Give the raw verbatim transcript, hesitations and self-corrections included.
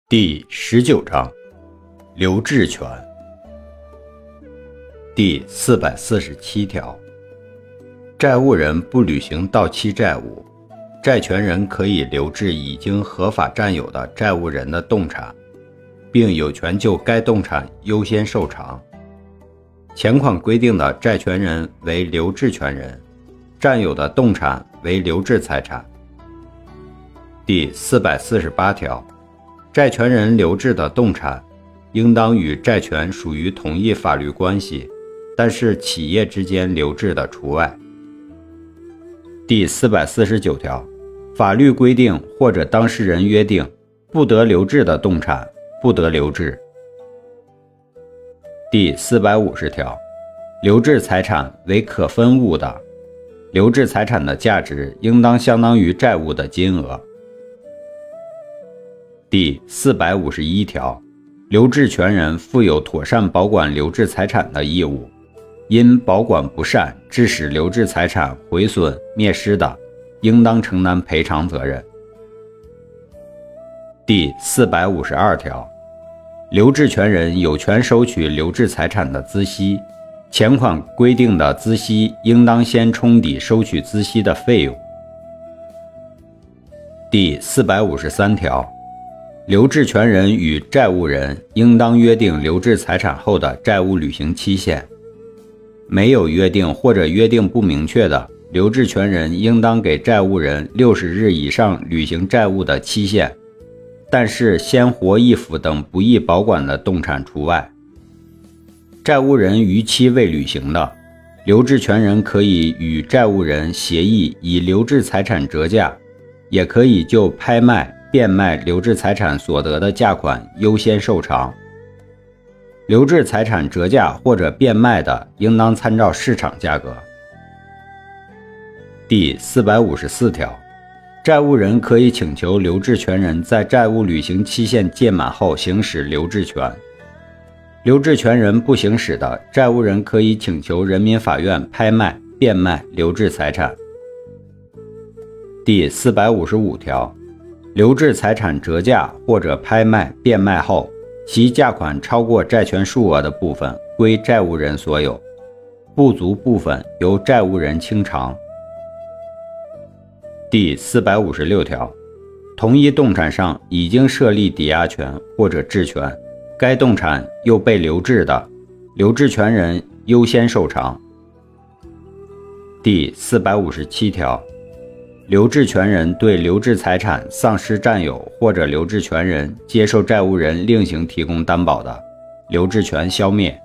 第十九章留置权。第四百四十七条，债务人不履行到期债务，债权人可以留置已经合法占有的债务人的动产，并有权就该动产优先受偿。前款规定的债权人为留置权人，占有的动产为留置财产。第四百四十八条，债权人留置的动产应当与债权属于同一法律关系，但是企业之间留置的除外。第四百四十九条，法律规定或者当事人约定不得留置的动产不得留置。第四百五十条，留置财产为可分物的，留置财产的价值应当相当于债务的金额。第四百五十一条，留置权人负有妥善保管留置财产的义务，因保管不善致使留置财产毁损灭失的，应当承担赔偿责任。第四百五十二条，留置权人有权收取留置财产的孳息，前款规定的孳息应当先冲抵收取孳息的费用。第四百五十三条，留置权人与债务人应当约定留置财产后的债务履行期限，没有约定或者约定不明确的，留置权人应当给债务人六十日以上履行债务的期限，但是鲜活易腐等不易保管的动产除外。债务人逾期未履行的，留置权人可以与债务人协议以留置财产折价，也可以就拍卖变卖留置财产所得的价款优先受偿。留置财产折价或者变卖的，应当参照市场价格。第四百五十四条，债务人可以请求留置权人在债务履行期限届满后行使留置权。留置权人不行使的，债务人可以请求人民法院拍卖变卖留置财产。第四百五十五条，留置财产折价或者拍卖变卖后，其价款超过债权数额的部分归债务人所有，不足部分由债务人清偿。第四百五十六条，同一动产上已经设立抵押权或者质权，该动产又被留置的，留置权人优先受偿。第四百五十七条，留置权人对留置财产丧失占有或者留置权人接受债务人另行提供担保的，留置权消灭。